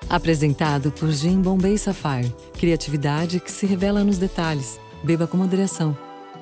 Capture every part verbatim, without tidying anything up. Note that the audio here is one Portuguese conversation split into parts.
Apresentado por Gin Bombay Sapphire. Criatividade que se revela nos detalhes. Beba com moderação.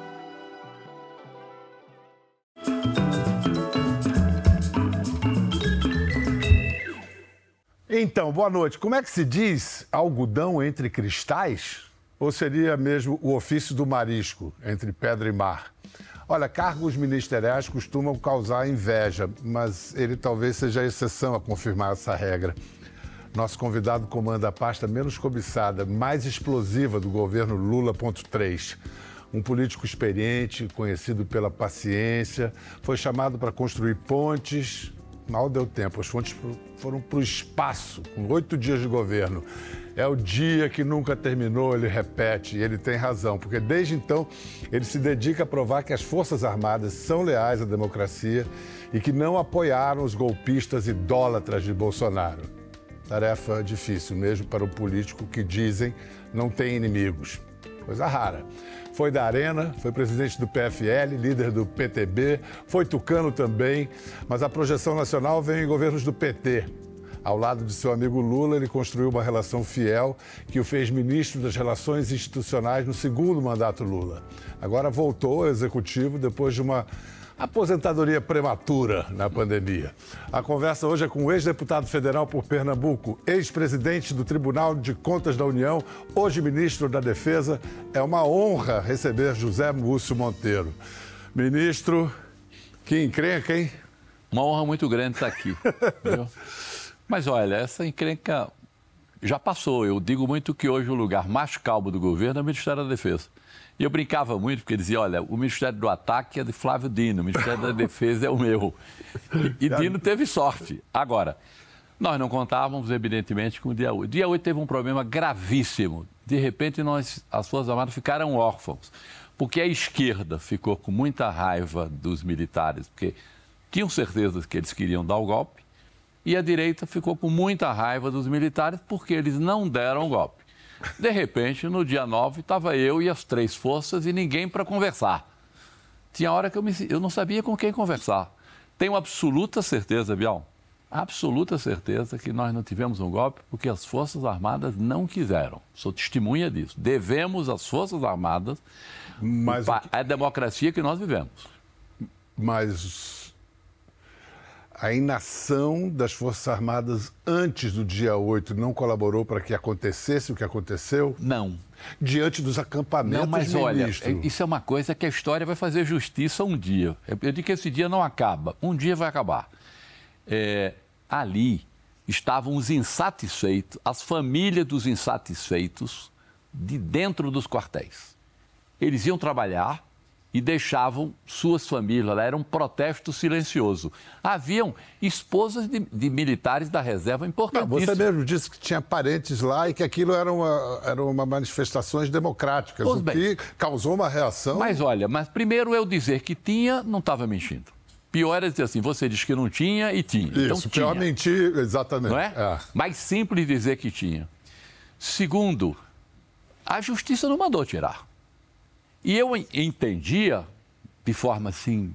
Então, boa noite. Como é que se diz algodão entre cristais? Ou seria mesmo o ofício do marisco, entre pedra e mar? Olha, cargos ministeriais costumam causar inveja, mas ele talvez seja a exceção a confirmar essa regra. Nosso convidado comanda a pasta menos cobiçada, mais explosiva do governo Lula ponto três. Um político experiente, conhecido pela paciência, foi chamado para construir pontes. Mal deu tempo, as fontes foram para o espaço, com oito dias de governo. É o dia que nunca terminou, ele repete, e ele tem razão, porque desde então ele se dedica a provar que as Forças Armadas são leais à democracia e que não apoiaram os golpistas idólatras de Bolsonaro. Tarefa difícil mesmo para um político que dizem não tem inimigos. Coisa rara. Foi da Arena, foi presidente do P F L, líder do P T B, foi tucano também, mas a projeção nacional vem em governos do P T. Ao lado de seu amigo Lula, ele construiu uma relação fiel que o fez ministro das Relações Institucionais no segundo mandato Lula. Agora voltou ao executivo depois de uma aposentadoria prematura na pandemia. A conversa hoje é com o ex-deputado federal por Pernambuco, ex-presidente do Tribunal de Contas da União, hoje ministro da Defesa. É uma honra receber José Múcio Monteiro. Ministro, que encrenca, hein? Uma honra muito grande estar aqui. Viu? Mas olha, essa encrenca já passou. Eu digo muito que hoje o lugar mais calmo do governo é o Ministério da Defesa. E eu brincava muito, porque dizia, olha, o Ministério do Ataque é de Flávio Dino, o Ministério da Defesa é o meu. E, e Dino teve sorte. Agora, nós não contávamos, evidentemente, com o dia oito. Dia oito teve um problema gravíssimo. De repente, nós, as Forças Armadas ficaram órfãos, porque a esquerda ficou com muita raiva dos militares, porque tinham certeza que eles queriam dar o golpe, e a direita ficou com muita raiva dos militares, porque eles não deram o golpe. De repente, no dia nove, estava eu e as três forças e ninguém para conversar. Tinha hora que eu, me, eu não sabia com quem conversar. Tenho absoluta certeza, Bial, absoluta certeza que nós não tivemos um golpe porque as Forças Armadas não quiseram. Sou testemunha disso. Devemos às Forças Armadas Mas a, a democracia que nós vivemos. Mas a inação das Forças Armadas antes do dia oito não colaborou para que acontecesse o que aconteceu? Não. Diante dos acampamentos, não, mas olha, ministro. Isso é uma coisa que a história vai fazer justiça um dia. Eu digo que esse dia não acaba, um dia vai acabar. É, ali estavam os insatisfeitos, as famílias dos insatisfeitos de dentro dos quartéis. Eles iam trabalhar e deixavam suas famílias lá. Era um protesto silencioso. Haviam esposas de, de militares da reserva importantíssimas. Você mesmo disse que tinha parentes lá e que aquilo eram uma, era uma manifestações democráticas, pois o bem, que causou uma reação. Mas olha, mas primeiro eu dizer que tinha, não estava mentindo. Pior era dizer assim, você disse que não tinha e tinha. Isso, então, pior tinha. mentir, exatamente. Não é? É? Mais simples dizer que tinha. Segundo, a justiça não mandou tirar. E eu entendia, de forma assim,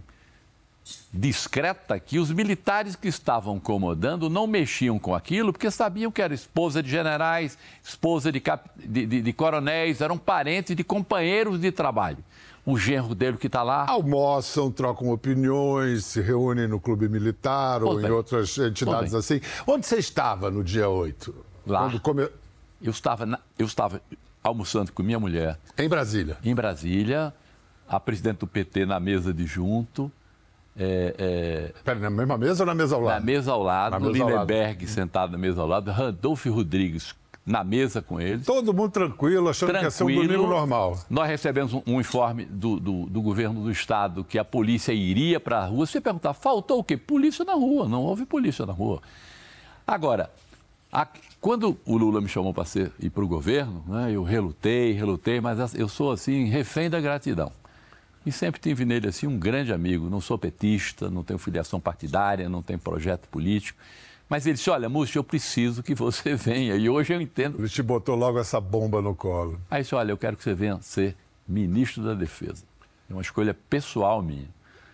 discreta, que os militares que estavam comandando não mexiam com aquilo, porque sabiam que era esposa de generais, esposa de, cap... de, de, de coronéis, eram parentes de companheiros de trabalho. O genro dele que está lá... Almoçam, trocam opiniões, se reúnem no clube militar ou em outras entidades assim. Onde você estava no dia oito? Lá. Quando come... Eu estava... Na... Eu estava... almoçando com minha mulher. Em Brasília? Em Brasília, a presidente do P T na mesa de junto. É, é... Pera, na mesma mesa ou na mesa ao lado? Na mesa ao lado, mesa Lindenberg ao lado. Sentado na mesa ao lado, Randolfo Rodrigues na mesa com eles. Todo mundo tranquilo, achando tranquilo. Que ia ser um domingo normal. Nós recebemos um, um informe do, do, do governo do estado que a polícia iria para a rua. Você perguntar, faltou o quê? Polícia na rua. Não houve polícia na rua. Agora... A, quando o Lula me chamou para ir para o governo, né, eu relutei, relutei, mas eu sou, assim, refém da gratidão. E sempre tive nele, assim, um grande amigo. Não sou petista, não tenho filiação partidária, não tenho projeto político. Mas ele disse, olha, Múcio, eu preciso que você venha. E hoje eu entendo... Ele te botou logo essa bomba no colo. Aí disse, olha, eu quero que você venha ser ministro da Defesa. É uma escolha pessoal minha.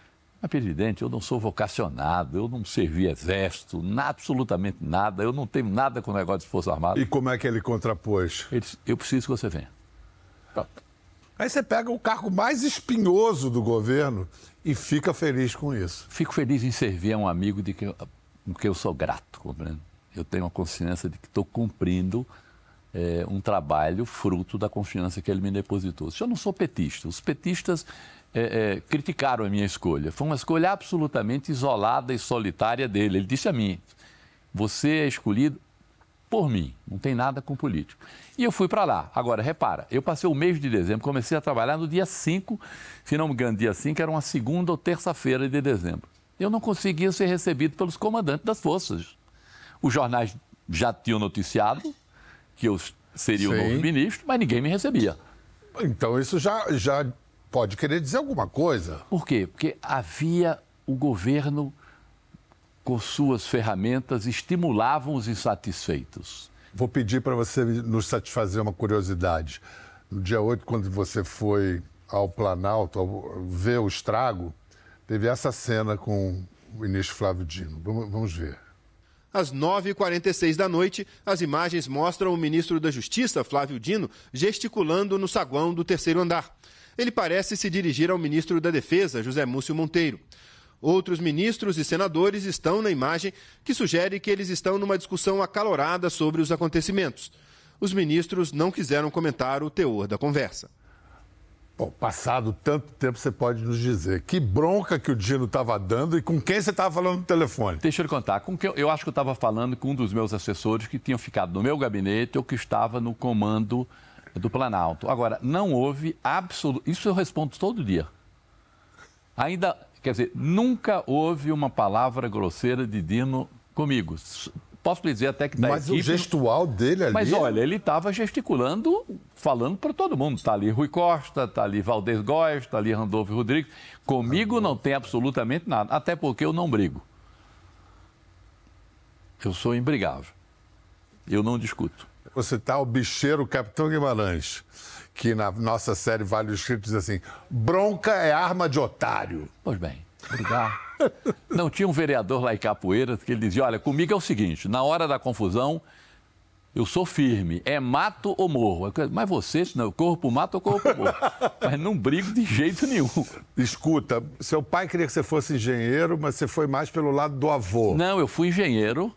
Mas, presidente, eu não sou vocacionado, eu não servi exército, nada, absolutamente nada, eu não tenho nada com o negócio de Força Armada. E como é que ele contrapôs? Ele disse, eu preciso que você venha. Pronto. Aí você pega o cargo mais espinhoso do governo e fica feliz com isso. Fico feliz em servir a um amigo de que, com que eu sou grato, compreende? Eu tenho a consciência de que estou cumprindo é, um trabalho fruto da confiança que ele me depositou. Eu não sou petista. Os petistas é, é, criticaram a minha escolha. Foi uma escolha absolutamente isolada e solitária dele. Ele disse a mim, você é escolhido por mim, não tem nada com político. E eu fui para lá. Agora, repara, eu passei o mês de dezembro, comecei a trabalhar no dia cinco, se não me engano, dia cinco, era uma segunda ou terça-feira de dezembro. Eu não conseguia ser recebido pelos comandantes das forças. Os jornais já tinham noticiado que eu seria Sim. o novo ministro, mas ninguém me recebia. Então isso já, já pode querer dizer alguma coisa. Por quê? Porque havia o governo com suas ferramentas, estimulavam os insatisfeitos. Vou pedir para você nos satisfazer uma curiosidade. No dia oito, quando você foi ao Planalto ao ver o estrago, teve essa cena com o ministro Flávio Dino. Vamos, vamos ver. Às nove e quarenta e seis da noite, as imagens mostram o ministro da Justiça, Flávio Dino, gesticulando no saguão do terceiro andar. Ele parece se dirigir ao ministro da Defesa, José Múcio Monteiro. Outros ministros e senadores estão na imagem, que sugere que eles estão numa discussão acalorada sobre os acontecimentos. Os ministros não quiseram comentar o teor da conversa. Bom, passado tanto tempo, você pode nos dizer que bronca que o Dino estava dando e com quem você estava falando no telefone? Deixa eu lhe contar. Com que eu, eu acho que eu estava falando com um dos meus assessores que tinham ficado no meu gabinete ou que estava no comando do Planalto. Agora, não houve absoluto... Isso eu respondo todo dia. Ainda... Quer dizer, nunca houve uma palavra grosseira de Dino comigo. Posso lhe dizer até que da Mas equipe... o gestual dele ali... Mas olha, ele estava gesticulando, falando para todo mundo. Está ali Rui Costa, está ali Valdez Góes, está ali Randolfo Rodrigues. Comigo não tem absolutamente nada, até porque eu não brigo. Eu sou imbrigável. Eu não discuto. Você está o bicheiro Capitão Guimarães, que na nossa série Vale o Escrito diz assim, bronca é arma de otário. Pois bem, brigar. Não, tinha um vereador lá em Capoeira que ele dizia, olha, comigo é o seguinte, na hora da confusão, eu sou firme, é mato ou morro. Mas você, não, eu corro pro mato ou corro pro morro. Mas não brigo de jeito nenhum. Escuta, seu pai queria que você fosse engenheiro, mas você foi mais pelo lado do avô. Não, eu fui engenheiro.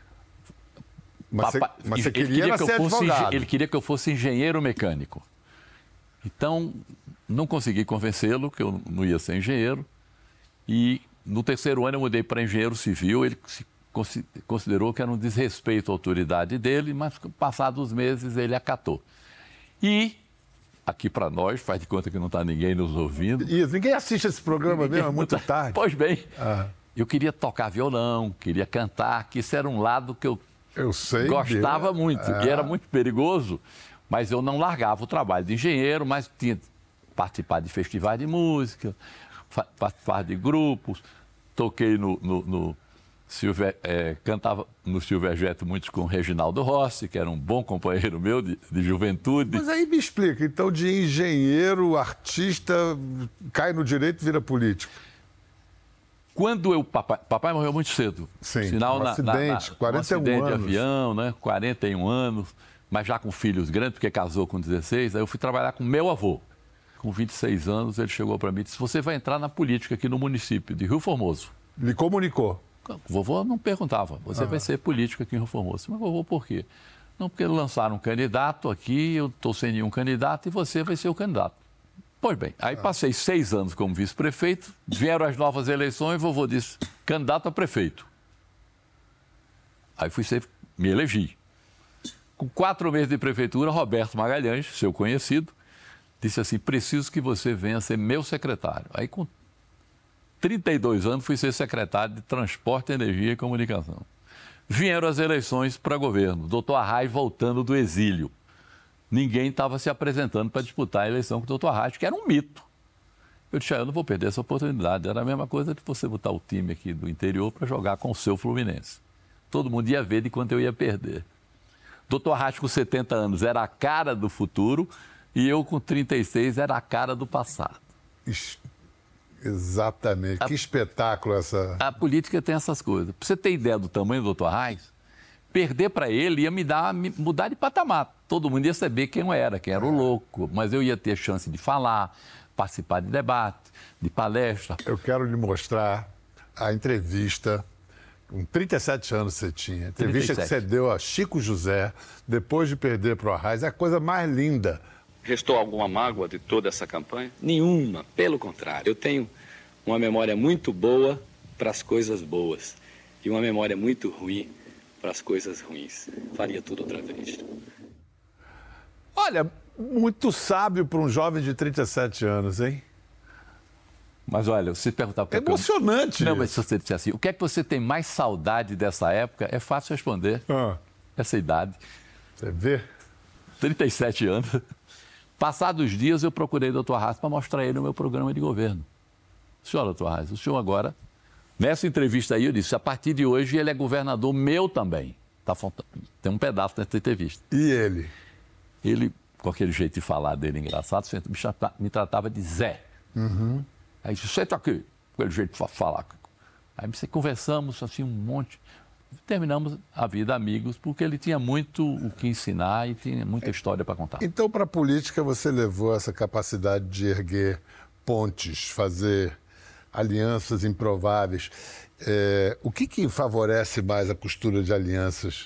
Mas, Papai, você, mas você ele, queria, queria que eu ser fosse, advogado. Ele queria que eu fosse engenheiro mecânico. Então, não consegui convencê-lo que eu não ia ser engenheiro. E no terceiro ano eu mudei para engenheiro civil. Ele se considerou que era um desrespeito à autoridade dele, mas passados os meses ele acatou. E aqui para nós, faz de conta que não está ninguém nos ouvindo. Isso, ninguém assiste esse programa mesmo, é muito tarde. Pois bem, ah. eu queria tocar violão, queria cantar, que isso era um lado que eu, eu sei gostava de... muito. Ah. E era muito perigoso, mas eu não largava o trabalho de engenheiro, mas tinha participado de festivais de música, participar de grupos, toquei no... no, no Silver, é, cantava no Silverjet muito com o Reginaldo Rossi, que era um bom companheiro meu de, de juventude. Mas aí me explica, então de engenheiro, artista, cai no direito e vira político? Quando eu... Papai, papai morreu muito cedo. Sim, Sinal um na, acidente, na, na, quarenta e um um acidente anos. de avião, né? quarenta e um anos, mas já com filhos grandes, porque casou com dezesseis. Aí eu fui trabalhar com meu avô. Com vinte e seis anos, ele chegou para mim e disse, você vai entrar na política aqui no município de Rio Formoso. Lhe comunicou? O vovô não perguntava, você ah. vai ser político aqui em Rio Formoso. Mas vovô, por quê? Não, porque lançaram um candidato aqui, eu estou sem nenhum candidato e você vai ser o candidato. Pois bem, aí ah. passei seis anos como vice-prefeito, vieram as novas eleições e vovô disse, candidato a prefeito. Aí fui ser, me elegi. Com quatro meses de prefeitura, Roberto Magalhães, seu conhecido, disse assim, preciso que você venha ser meu secretário. Aí com trinta e dois anos, fui ser secretário de Transporte, Energia e Comunicação. Vieram as eleições para governo. doutor Arraes voltando do exílio. Ninguém estava se apresentando para disputar a eleição com o doutor Arraes, que era um mito. Eu disse, ah, eu não vou perder essa oportunidade. Era a mesma coisa de você botar o time aqui do interior para jogar com o seu Fluminense. Todo mundo ia ver de quanto eu ia perder. doutor Arraes, com setenta anos, era a cara do futuro e eu, com trinta e seis, era a cara do passado. Ixi. Exatamente. A, que espetáculo essa... A política tem essas coisas. Para você ter ideia do tamanho do doutor Arraes, perder para ele ia me dar, me mudar de patamar. Todo mundo ia saber quem eu era, quem era o louco. Mas eu ia ter chance de falar, participar de debate, de palestra. Eu quero lhe mostrar a entrevista, com trinta e sete anos você tinha, a entrevista trinta e sete. Que você deu a Chico José, depois de perder para o Arraes, é a coisa mais linda. Restou alguma mágoa de toda essa campanha? Nenhuma, pelo contrário. Eu tenho uma memória muito boa para as coisas boas e uma memória muito ruim para as coisas ruins. Faria tudo outra vez. Olha, muito sábio para um jovem de trinta e sete anos, hein? Mas olha, se perguntar... É emocionante. Eu... Não, mas se você disser assim, o que é que você tem mais saudade dessa época, é fácil responder. Ah. Essa idade. Você vê? trinta e sete anos. Passados os dias, eu procurei o doutor Arraes para mostrar ele o meu programa de governo. Senhor, doutor Arraes, o senhor agora, nessa entrevista aí, eu disse, a partir de hoje ele é governador meu também. Tá, tem um pedaço nessa entrevista. E ele? Ele, com aquele jeito de falar dele engraçado, sempre me tratava de Zé. Uhum. Aí disse, senta aqui, com aquele jeito de falar. Aí conversamos assim um monte. Terminamos a vida amigos, porque ele tinha muito o que ensinar e tinha muita história para contar. Então, para a política, você levou essa capacidade de erguer pontes, fazer alianças improváveis. É, o que, que favorece mais a costura de alianças?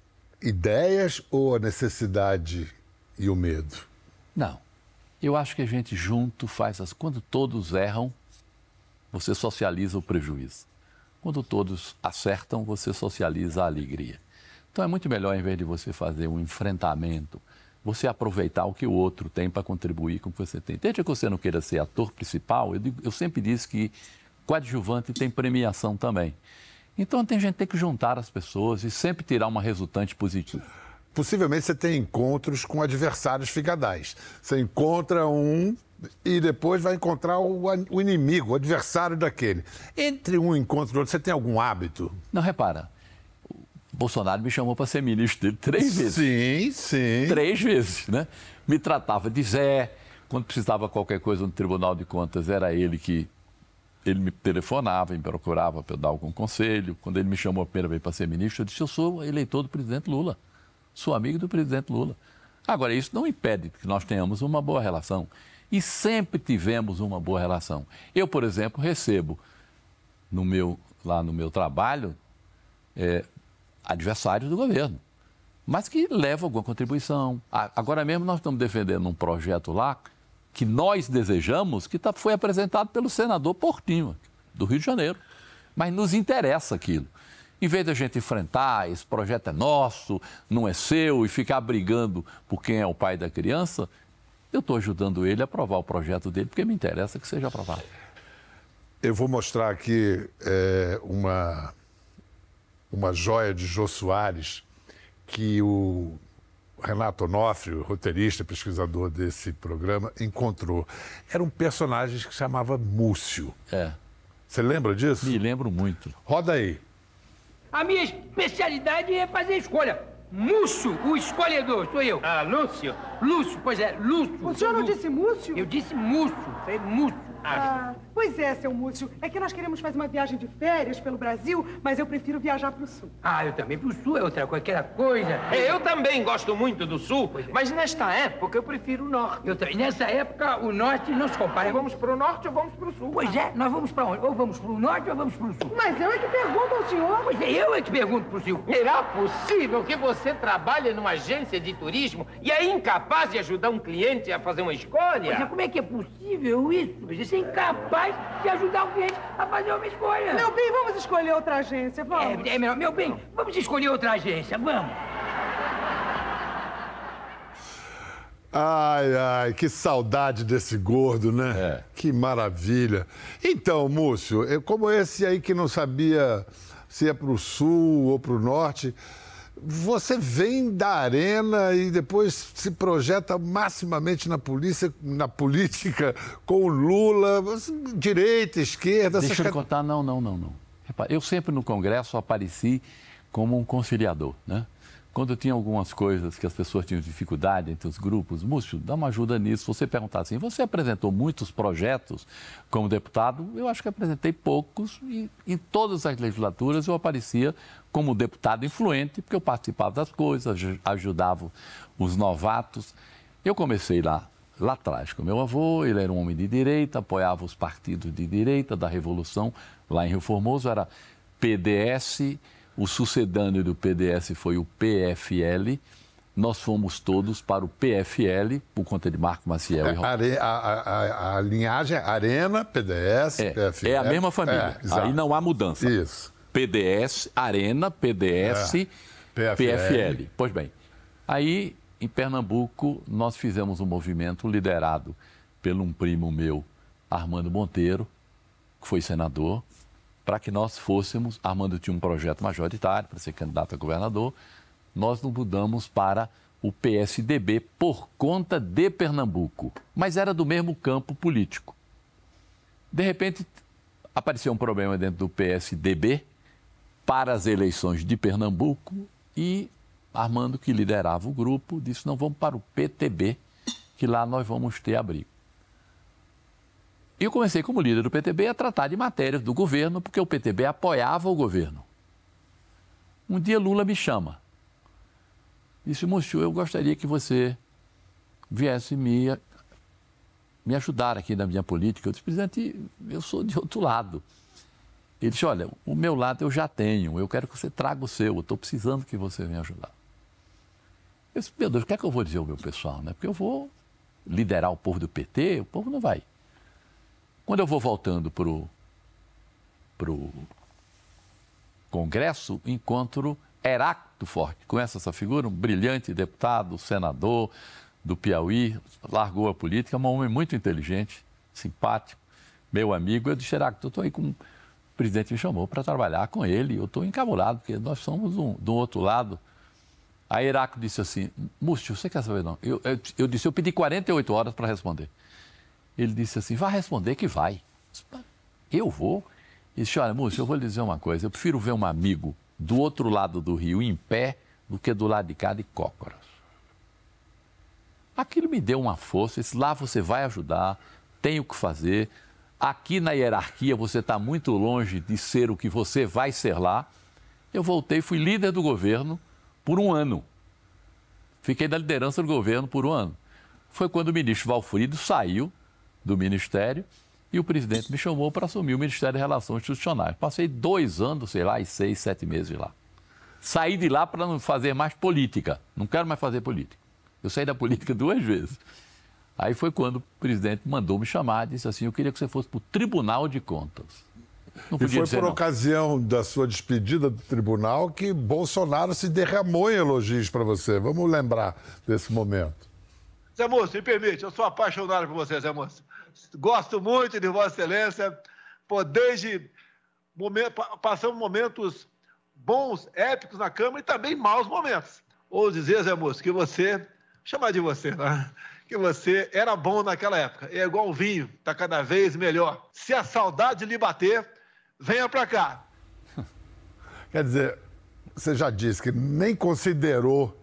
Ideias ou a necessidade e o medo? Não. Eu acho que a gente junto faz as... Quando todos erram, você socializa o prejuízo. Quando todos acertam, você socializa a alegria. Então é muito melhor, em vez de você fazer um enfrentamento, você aproveitar o que o outro tem para contribuir com o que você tem. Desde que você não queira ser ator principal, eu, digo, eu sempre disse que coadjuvante tem premiação também. Então tem gente que tem que juntar as pessoas e sempre tirar uma resultante positiva. Possivelmente você tem encontros com adversários figadais. Você encontra um e depois vai encontrar o, o inimigo, o adversário daquele. Entre um encontro e outro, você tem algum hábito? Não, repara, o Bolsonaro me chamou para ser ministro dele três vezes. Sim, sim. Três vezes, né? Me tratava de Zé, quando precisava qualquer coisa no Tribunal de Contas, era ele que... Ele me telefonava, me procurava para eu dar algum conselho. Quando ele me chamou a primeira vez para ser ministro, eu disse, eu sou eleitor do presidente Lula. Sou amigo do presidente Lula. Agora, isso não impede que nós tenhamos uma boa relação. E sempre tivemos uma boa relação. Eu, por exemplo, recebo no meu, lá no meu trabalho é, adversários do governo, mas que levam alguma contribuição. Agora mesmo nós estamos defendendo um projeto lá que nós desejamos, que tá, foi apresentado pelo senador Portinho, do Rio de Janeiro. Mas nos interessa aquilo. Em vez de a gente enfrentar, esse projeto é nosso, não é seu, e ficar brigando por quem é o pai da criança, eu estou ajudando ele a aprovar o projeto dele, porque me interessa que seja aprovado. Eu vou mostrar aqui é, uma, uma joia de Jô Soares, que o Renato Onofre, o roteirista, pesquisador desse programa, encontrou. Era um personagem que se chamava Múcio. É. Você lembra disso? Me lembro muito. Roda aí. A minha especialidade é fazer escolha. Múcio, o escolhedor, sou eu. Ah, Lúcio? Lúcio, pois é, Lúcio. O senhor não Lúcio. disse Múcio? Eu disse Múcio, é Múcio. Ah, pois é, seu Múcio. É que nós queremos fazer uma viagem de férias pelo Brasil, mas eu prefiro viajar para o sul. Ah, eu também pro sul, é outra qualquer coisa. É, eu também gosto muito do sul, é. Mas nesta época eu prefiro o norte. Eu também. Nessa época, o norte não se compara. Vamos pro norte ou vamos pro sul? Pois é, nós vamos para onde? Ou vamos pro norte ou vamos pro sul? Mas eu é que pergunto ao senhor. Pois é, eu é que pergunto pro senhor. Será possível que você trabalhe numa agência de turismo e é incapaz de ajudar um cliente a fazer uma escolha? Pois é, como é que é possível isso? Você é incapaz de ajudar o cliente a fazer uma escolha. Meu bem, vamos escolher outra agência, vamos. É, é melhor. Meu bem, vamos escolher outra agência, vamos. Ai, ai, que saudade desse gordo, né? É. Que maravilha. Então, Múcio, eu, como esse aí que não sabia se ia para o sul ou para o norte, você vem da arena e depois se projeta maximamente na polícia, na política, com o Lula, direita, esquerda... Deixa eu essas... contar, não, não, não, não. Eu sempre no Congresso apareci como um conciliador, né? quando tinha algumas coisas que as pessoas tinham dificuldade entre os grupos, Múcio, dá uma ajuda nisso. Você perguntar assim, você apresentou muitos projetos como deputado? Eu acho que apresentei poucos e em todas as legislaturas eu aparecia como deputado influente, porque eu participava das coisas, ajudava os novatos. Eu comecei lá, lá atrás com meu avô, ele era um homem de direita, apoiava os partidos de direita da Revolução, lá em Rio Formoso era P D S, o sucedâneo do P D S foi o P F L, nós fomos todos para o P F L, por conta de Marco Maciel. É, e a, a, a, a linhagem é Arena, P D S, é, P F L. É a mesma família, é, aí não há mudança. Isso. P D S, Arena, P D S, é. P F L. P F L. Pois bem, aí em Pernambuco nós fizemos um movimento liderado por um primo meu, Armando Monteiro, que foi senador, para que nós fôssemos, Armando tinha um projeto majoritário para ser candidato a governador, nós nos mudamos para o P S D B por conta de Pernambuco, mas era do mesmo campo político. De repente, apareceu um problema dentro do P S D B para as eleições de Pernambuco e Armando, que liderava o grupo, disse, não, vamos para o P T B, que lá nós vamos ter abrigo. E eu comecei como líder do P T B a tratar de matérias do governo, porque o P T B apoiava o governo. Um dia Lula me chama. Disse, Múcio, eu gostaria que você viesse me, me ajudar aqui na minha política. Eu disse, presidente, eu sou de outro lado. Ele disse, olha, o meu lado eu já tenho, eu quero que você traga o seu, eu estou precisando que você venha ajudar. Eu disse, meu Deus, o que é que eu vou dizer ao meu pessoal? Né? Porque eu vou liderar o povo do P T, o povo não vai. Quando eu vou voltando para o Congresso, encontro Heráclito Forte. Conhece essa figura? Um brilhante deputado, senador do Piauí, largou a política, um homem muito inteligente, simpático, meu amigo. Eu disse, Heráclito, eu estou aí com... O presidente me chamou para trabalhar com ele, eu estou encabulado, porque nós somos um, do outro lado. Aí Heráclito disse assim, Múcio, você quer saber não? Eu, eu, eu disse, eu pedi quarenta e oito horas para responder. Ele disse assim, vai responder que vai. Eu vou? Ele disse, olha, Múcio, eu vou lhe dizer uma coisa, eu prefiro ver um amigo do outro lado do rio em pé do que do lado de cá de cócoras. Aquilo me deu uma força, disse, lá você vai ajudar, tem o que fazer. Aqui na hierarquia você está muito longe de ser o que você vai ser lá. Eu voltei, fui líder do governo por um ano. Fiquei na liderança do governo por um ano. Foi quando o ministro Valfrido saiu do ministério e o presidente me chamou para assumir o Ministério de Relações Institucionais. Passei dois anos, sei lá, e seis, sete meses lá. Saí de lá para não fazer mais política. Não quero mais fazer política. Eu saí da política duas vezes. Aí foi quando o presidente mandou me chamar e disse assim, eu queria que você fosse para o Tribunal de Contas. Não podia e foi dizer por não. ocasião da sua despedida do tribunal que Bolsonaro se derramou em elogios para você. Vamos lembrar desse momento. Zé Múcio, me permite, eu sou apaixonado por você, Zé Múcio. Gosto muito de Vossa Excelência. Pô, desde momento, passamos momentos bons, épicos na Câmara e também maus momentos. Ou dizer, Zé Múcio, que você, chamar de você, né? Que você era bom naquela época. É igual o vinho, está cada vez melhor. Se a saudade lhe bater, venha para cá. Quer dizer, você já disse que nem considerou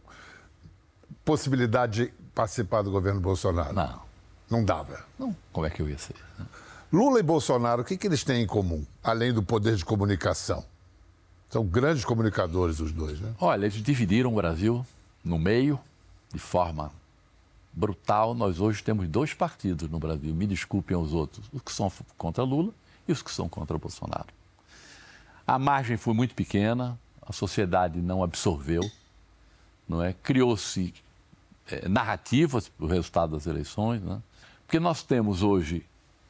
possibilidade de participar do governo Bolsonaro. Não. Não dava. Não. Como é que eu ia ser? Lula e Bolsonaro, o que, que eles têm em comum, além do poder de comunicação? São grandes comunicadores os dois, né? Olha, eles dividiram o Brasil no meio, de forma brutal. Nós hoje temos dois partidos no Brasil, me desculpem os outros, os que são contra Lula e os que são contra Bolsonaro. A margem foi muito pequena, a sociedade não absorveu, não é? Criou-se é, narrativas para o resultado das eleições, né? Porque nós temos hoje,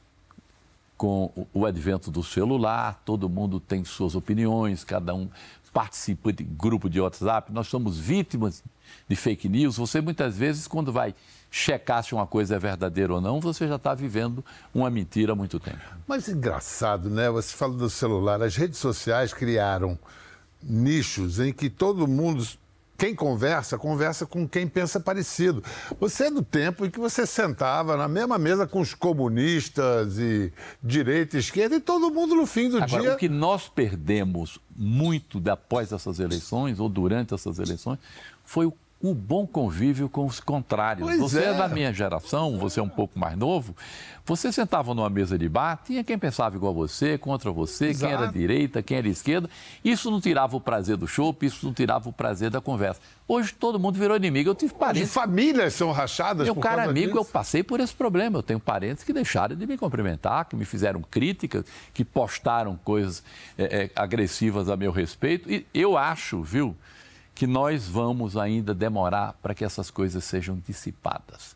com o advento do celular, todo mundo tem suas opiniões, cada um participa de grupo de WhatsApp, nós somos vítimas de fake news. Você muitas vezes, quando vai checar se uma coisa é verdadeira ou não, você já está vivendo uma mentira há muito tempo. Mas engraçado, né? Você fala do celular, as redes sociais criaram nichos em que todo mundo quem conversa, conversa com quem pensa parecido. Você é do tempo em que você sentava na mesma mesa com os comunistas e direita e esquerda e todo mundo no fim do Agora, dia... o que nós perdemos muito após essas eleições ou durante essas eleições foi o o bom convívio com os contrários. Pois você é é. da minha geração, você é um pouco mais novo, você sentava numa mesa de bar, tinha quem pensava igual a você, contra você, Exato. quem era direita, quem era esquerda. Isso não tirava o prazer do chopp, isso não tirava o prazer da conversa. Hoje todo mundo virou inimigo. Eu tive parentes... Hoje famílias são rachadas Meu por cara causa amigo, disso. eu passei por esse problema. Eu tenho parentes que deixaram de me cumprimentar, que me fizeram críticas, que postaram coisas é, é, agressivas a meu respeito. E eu acho, viu, que nós vamos ainda demorar para que essas coisas sejam dissipadas.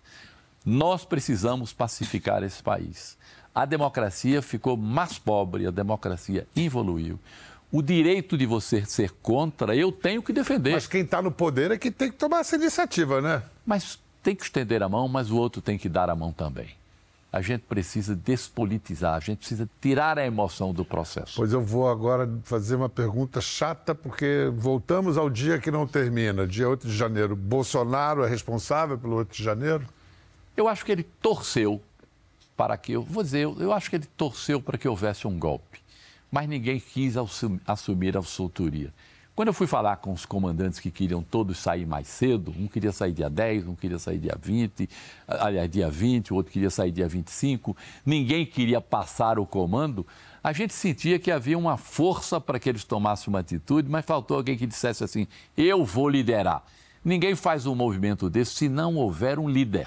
Nós precisamos pacificar esse país. A democracia ficou mais pobre, a democracia evoluiu. O direito de você ser contra, eu tenho que defender. Mas quem está no poder é que tem que tomar essa iniciativa, né? Mas tem que estender a mão, mas o outro tem que dar a mão também. A gente precisa despolitizar, a gente precisa tirar a emoção do processo. Pois eu vou agora fazer uma pergunta chata, porque voltamos ao dia que não termina, dia oito de janeiro. Bolsonaro é responsável pelo oito de janeiro? Eu acho que ele torceu para que, eu vou dizer, eu, eu acho que ele torceu para que houvesse um golpe, mas ninguém quis assumir a autoria. Quando eu fui falar com os comandantes que queriam todos sair mais cedo, um queria sair dia dez, um queria sair dia vinte, aliás, dia vinte, o outro queria sair dia vinte e cinco, ninguém queria passar o comando, a gente sentia que havia uma força para que eles tomassem uma atitude, mas faltou alguém que dissesse assim, eu vou liderar. Ninguém faz um movimento desse se não houver um líder.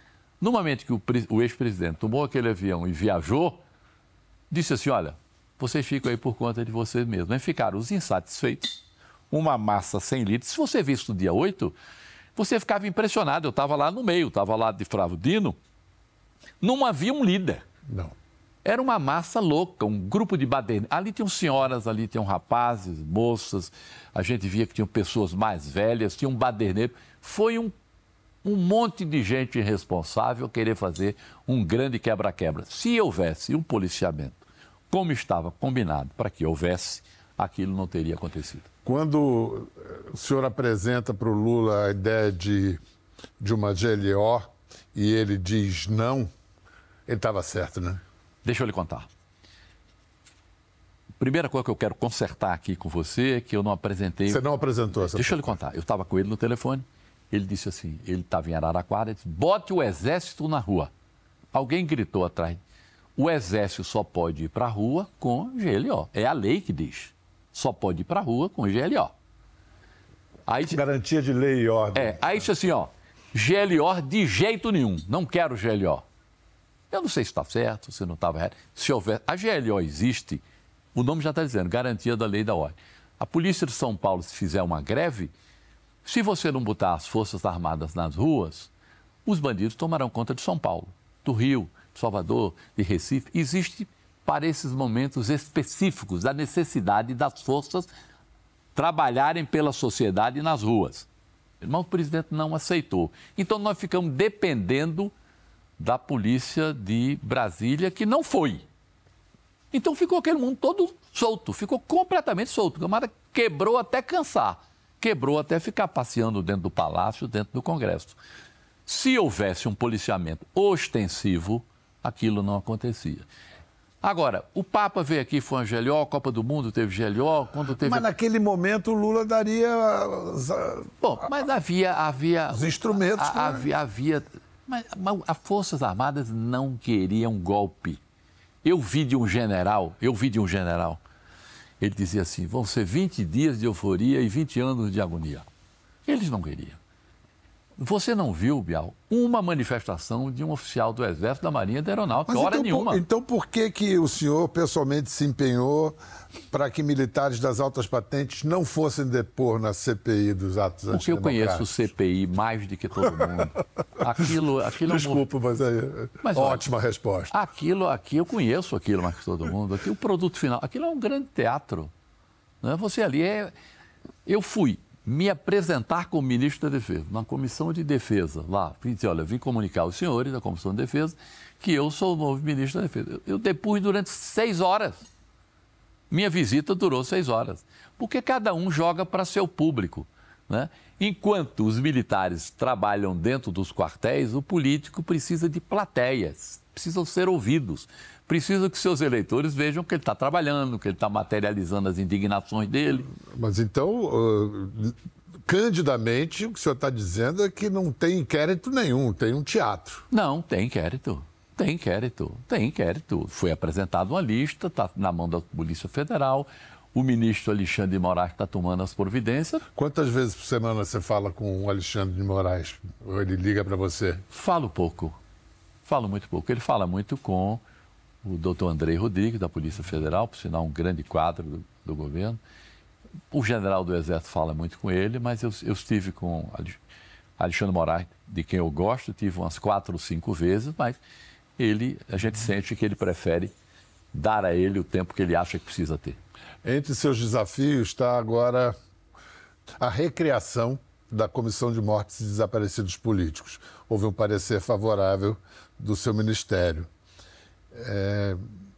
No momento que o, o ex-presidente tomou aquele avião e viajou, disse assim, olha, vocês ficam aí por conta de vocês mesmos. E ficaram os insatisfeitos, uma massa sem líder. Se você visse no dia oito, você ficava impressionado. Eu estava lá no meio, estava lá de Flávio Dino. Não havia um líder. Não. Era uma massa louca, um grupo de baderneiros. Ali tinham senhoras, ali tinham rapazes, moças. A gente via que tinham pessoas mais velhas, tinha um baderneiro. Foi um, um monte de gente irresponsável querer fazer um grande quebra-quebra. Se houvesse um policiamento, como estava combinado para que houvesse, aquilo não teria acontecido. Quando o senhor apresenta para o Lula a ideia de, de uma G L O e ele diz não, ele estava certo, né? Deixa eu lhe contar. Primeira coisa que eu quero consertar aqui com você é que eu não apresentei... Você não apresentou essa... Deixa eu lhe contar. Eu estava com ele no telefone, ele disse assim, ele estava em Araraquara, ele disse, bote o exército na rua. Alguém gritou atrás, o exército só pode ir para a rua com G L O. É a lei que diz. Só pode ir para a rua com G L O. Aí, Garantia de lei e ordem. É, aí disse assim, ó, G L O de jeito nenhum, não quero G L O. Eu não sei se está certo, se não estava errado. Se houver, a G L O existe, o nome já está dizendo, garantia da lei e da ordem. A Polícia de São Paulo, se fizer uma greve, se você não botar as Forças Armadas nas ruas, os bandidos tomarão conta de São Paulo, do Rio, de Salvador, de Recife. Existe... para esses momentos específicos da necessidade das forças trabalharem pela sociedade nas ruas. Mas o presidente não aceitou. Então, nós ficamos dependendo da polícia de Brasília, que não foi. Então, ficou aquele mundo todo solto, ficou completamente solto. O camarada quebrou até cansar, quebrou até ficar passeando dentro do Palácio, dentro do Congresso. Se houvesse um policiamento ostensivo, aquilo não acontecia. Agora, o Papa veio aqui, foi uma G L O, a Copa do Mundo teve G L O, quando teve... Mas naquele momento o Lula daria... Bom, mas havia... havia os instrumentos. A, havia... havia mas, mas as Forças Armadas não queriam golpe. Eu vi de um general, eu vi de um general, ele dizia assim, vão ser vinte dias de euforia e vinte anos de agonia. Eles não queriam. Você não viu, Bial, uma manifestação de um oficial do Exército, da Marinha e da Aeronáutica, Mas hora então, nenhuma. Por, então por que, que o senhor pessoalmente se empenhou para que militares das altas patentes não fossem depor na C P I dos atos antidemocráticos? Porque eu conheço o C P I mais do que todo mundo. Aquilo, aquilo Desculpa, é um... mas é mas, ótima olha, resposta. Aquilo, aqui eu conheço aquilo mais que todo mundo. Aqui o produto final, aquilo é um grande teatro. Né? Você ali é... Eu fui me apresentar como ministro da Defesa, na Comissão de Defesa, lá, vim dizer, olha, vim comunicar aos senhores da Comissão de Defesa que eu sou o novo ministro da Defesa. Eu, eu depus durante seis horas. Minha visita durou seis horas. Porque cada um joga para seu público. né? Enquanto os militares trabalham dentro dos quartéis, o político precisa de plateias, precisam ser ouvidos, precisa que seus eleitores vejam que ele está trabalhando, que ele está materializando as indignações dele. Mas então, uh, candidamente, o que o senhor está dizendo é que não tem inquérito nenhum, tem um teatro. Não, tem inquérito. Tem inquérito, tem inquérito. Foi apresentada uma lista, está na mão da Polícia Federal. O ministro Alexandre de Moraes está tomando as providências. Quantas vezes por semana você fala com o Alexandre de Moraes? Ou ele liga para você? Falo pouco. Falo muito pouco. Ele fala muito com o doutor Andrei Rodrigues, da Polícia Federal, por sinal, um grande quadro do, do governo. O general do Exército fala muito com ele, mas eu, eu estive com Alexandre de Moraes, de quem eu gosto, tive umas quatro ou cinco vezes, mas ele, a gente sente que ele prefere dar a ele o tempo que ele acha que precisa ter. Entre seus desafios está agora a recriação da Comissão de Mortes e Desaparecidos Políticos. Houve um parecer favorável do seu ministério. É...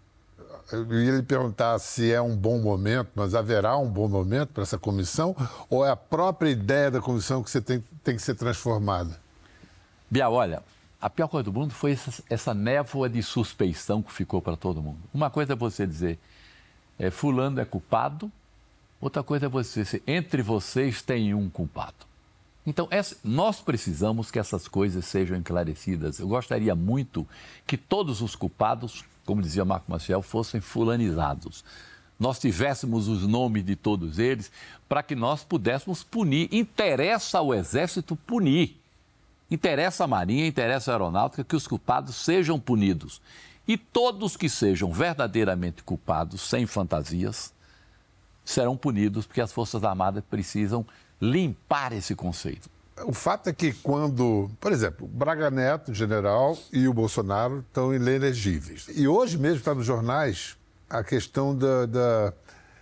Eu ia lhe perguntar se é um bom momento, mas haverá um bom momento para essa comissão ou é a própria ideia da comissão que você tem, tem que ser transformada? Bial, olha, a pior coisa do mundo foi essa, essa névoa de suspeição que ficou para todo mundo. Uma coisa é você dizer... É, fulano é culpado, outra coisa é você dizer, entre vocês tem um culpado. Então, essa, nós precisamos que essas coisas sejam esclarecidas. Eu gostaria muito que todos os culpados, como dizia Marco Maciel, fossem fulanizados. Nós tivéssemos os nomes de todos eles para que nós pudéssemos punir. Interessa ao Exército punir. Interessa à Marinha, interessa à Aeronáutica que os culpados sejam punidos. E todos que sejam verdadeiramente culpados, sem fantasias, serão punidos, porque as Forças Armadas precisam limpar esse conceito. O fato é que quando, por exemplo, Braga Neto, general, e o Bolsonaro estão inelegíveis. E hoje mesmo está nos jornais a questão da, da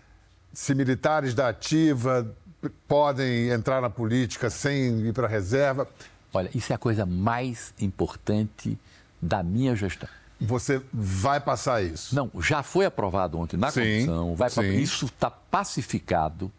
se militares da ativa podem entrar na política sem ir para a reserva. Olha, isso é a coisa mais importante da minha gestão. Você vai passar isso? Não, já foi aprovado ontem na sim, comissão. Vai sim. Isso está pacificado.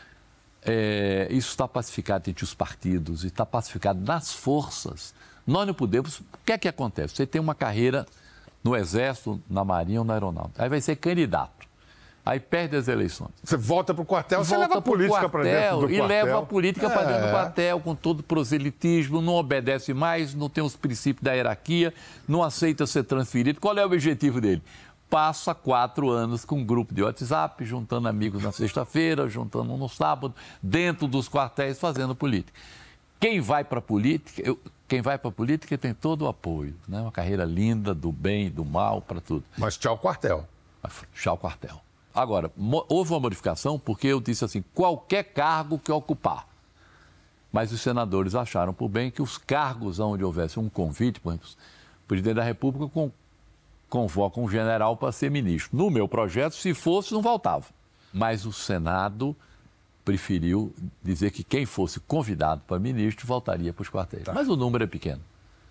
É, isso está pacificado entre os partidos e está pacificado nas forças. Nós não podemos... O que é que acontece? Você tem uma carreira no Exército, na Marinha ou na Aeronáutica. Aí vai ser candidato. Aí perde as eleições. Você volta para o quartel, você volta leva a política para dentro do e quartel. E leva a política é. para dentro do quartel, com todo proselitismo, não obedece mais, não tem os princípios da hierarquia, não aceita ser transferido. Qual é o objetivo dele? Passa quatro anos com um grupo de WhatsApp, juntando amigos na sexta-feira, juntando no sábado, dentro dos quartéis, fazendo política. Quem vai para a política, eu, quem vai para a política tem todo o apoio, né? Uma carreira linda, do bem, do mal, para tudo. Mas tchau quartel. Tchau quartel. Agora, houve uma modificação porque eu disse assim, qualquer cargo que ocupar. Mas os senadores acharam por bem que os cargos onde houvesse um convite, por exemplo, o presidente da República con convoca um general para ser ministro. No meu projeto, se fosse, não voltava. Mas o Senado preferiu dizer que quem fosse convidado para ministro voltaria para os quartéis. Tá. Mas o número é pequeno.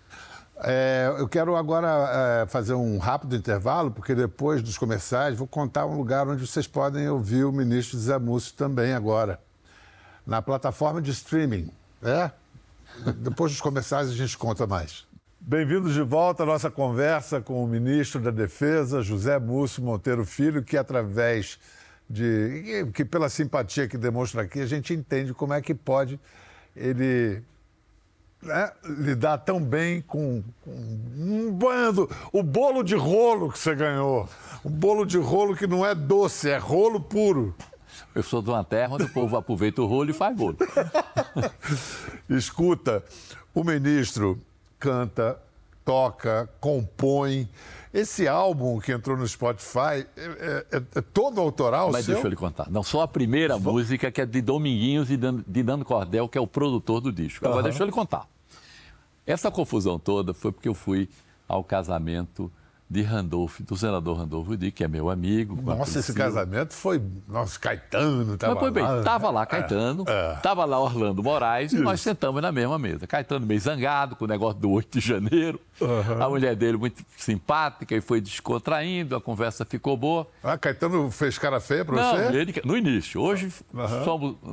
É, eu quero agora é, fazer um rápido intervalo, porque depois dos comerciais vou contar um lugar onde vocês podem ouvir o ministro Zé Múcio também agora, na plataforma de streaming. É? Depois dos comerciais a gente conta mais. Bem-vindos de volta à nossa conversa com o ministro da Defesa, José Múcio Monteiro Filho, que através de... que pela simpatia que demonstra aqui, a gente entende como é que pode ele... Né, lidar tão bem com, com um bando, o bolo de rolo que você ganhou. Um bolo de rolo que não é doce, é rolo puro. Eu sou de uma terra onde o povo aproveita o rolo e faz bolo. Escuta, o ministro canta, toca, compõe. Esse álbum que entrou no Spotify é, é, é todo autoral, Mas seu? deixa eu lhe contar. Não, só a primeira Vou... música, que é de Dominguinhos e de Nando Cordel, que é o produtor do disco. Agora, uhum. deixa eu lhe contar. Essa confusão toda foi porque eu fui ao casamento de Randolfo, do senador Randolfo Rodrigues, que é meu amigo. Nossa, esse casamento foi... Nossa, Caetano estava lá. Mas foi bem, estava lá Caetano, estava é. lá Orlando Moraes, Isso. e nós sentamos na mesma mesa. Caetano meio zangado com o negócio do oito de janeiro, uhum. a mulher dele muito simpática e foi descontraindo, a conversa ficou boa. Ah, Caetano fez cara feia para Não, você? Ele, no início. Hoje uhum. somos...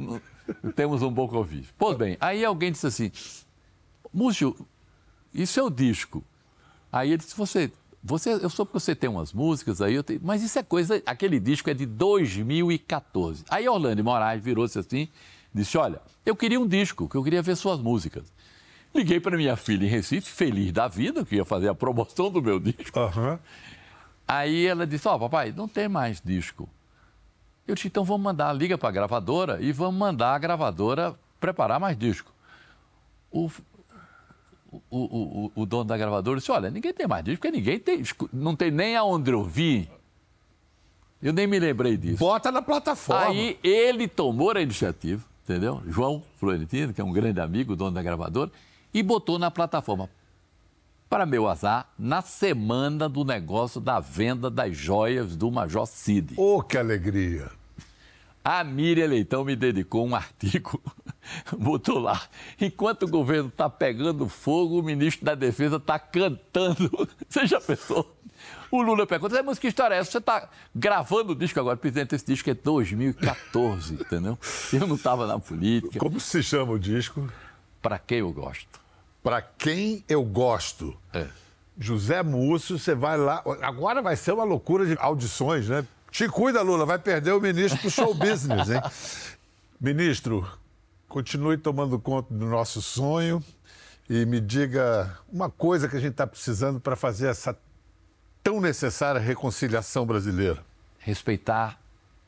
Temos um bom convívio. Pois bem, aí alguém disse assim, Múcio, isso é o disco. Aí ele disse, você, você, eu soube que você tem umas músicas aí, eu tenho, mas isso é coisa, aquele disco é de dois mil e quatorze. Aí Orlando Moraes virou-se assim, disse, olha, eu queria um disco, que eu queria ver suas músicas. Liguei para minha filha em Recife, feliz da vida, que ia fazer a promoção do meu disco. Uhum. Aí ela disse, ó, oh, papai, não tem mais disco. Eu disse, então vamos mandar, liga para a gravadora e vamos mandar a gravadora preparar mais disco. O, o, o, o, o dono da gravadora disse, olha, ninguém tem mais disco, porque ninguém tem, não tem nem aonde ouvir. Eu nem me lembrei disso. Bota na plataforma. Aí ele tomou a iniciativa, entendeu? João Florentino, que é um grande amigo, dono da gravadora, e botou na plataforma. Para meu azar, na semana do negócio da venda das joias do Major Cid. Oh, que alegria! A Miriam Leitão me dedicou um artigo, botou lá, enquanto o governo está pegando fogo, o ministro da Defesa está cantando. Você já pensou? O Lula pergunta, mas que história é essa? Você está gravando o disco agora? Presidente, esse disco é dois mil e quatorze, entendeu? Eu não estava na política. Como se chama o disco? Para quem eu gosto. Para quem eu gosto. É. José Múcio, você vai lá... Agora vai ser uma loucura de audições, né? Te cuida, Lula, vai perder o ministro do show business, hein? Ministro, continue tomando conta do nosso sonho e me diga uma coisa que a gente está precisando para fazer essa tão necessária reconciliação brasileira. Respeitar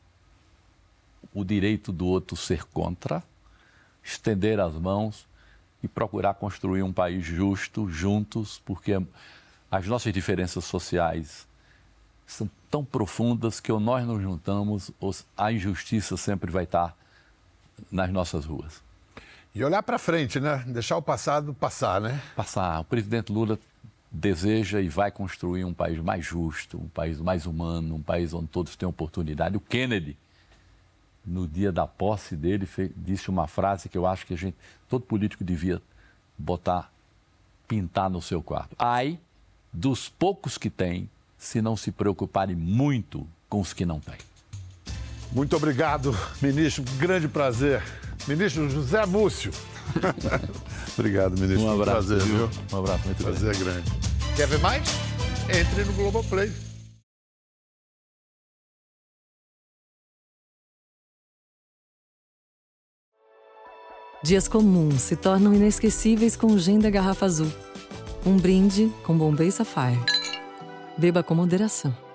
o direito do outro ser contra, estender as mãos e procurar construir um país justo, juntos, porque as nossas diferenças sociais são tão profundas que ou nós nos juntamos, ou a injustiça sempre vai estar nas nossas ruas. E olhar para frente, né? Deixar o passado passar, né? Passar. O presidente Lula deseja e vai construir um país mais justo, um país mais humano, um país onde todos têm oportunidade. O Kennedy, no dia da posse dele, fez, disse uma frase que eu acho que a gente, todo político devia botar, pintar no seu quarto. Ai dos poucos que têm, se não se preocuparem muito com os que não têm. Muito obrigado, ministro. Grande prazer. Ministro José Múcio. Obrigado, ministro. Um abraço, prazer, viu? Um abraço muito grande. Prazer grande. Quer ver mais? Entre no Globoplay. Dias comuns se tornam inesquecíveis com o gin da garrafa azul. Um brinde com Bombay Sapphire. Beba com moderação.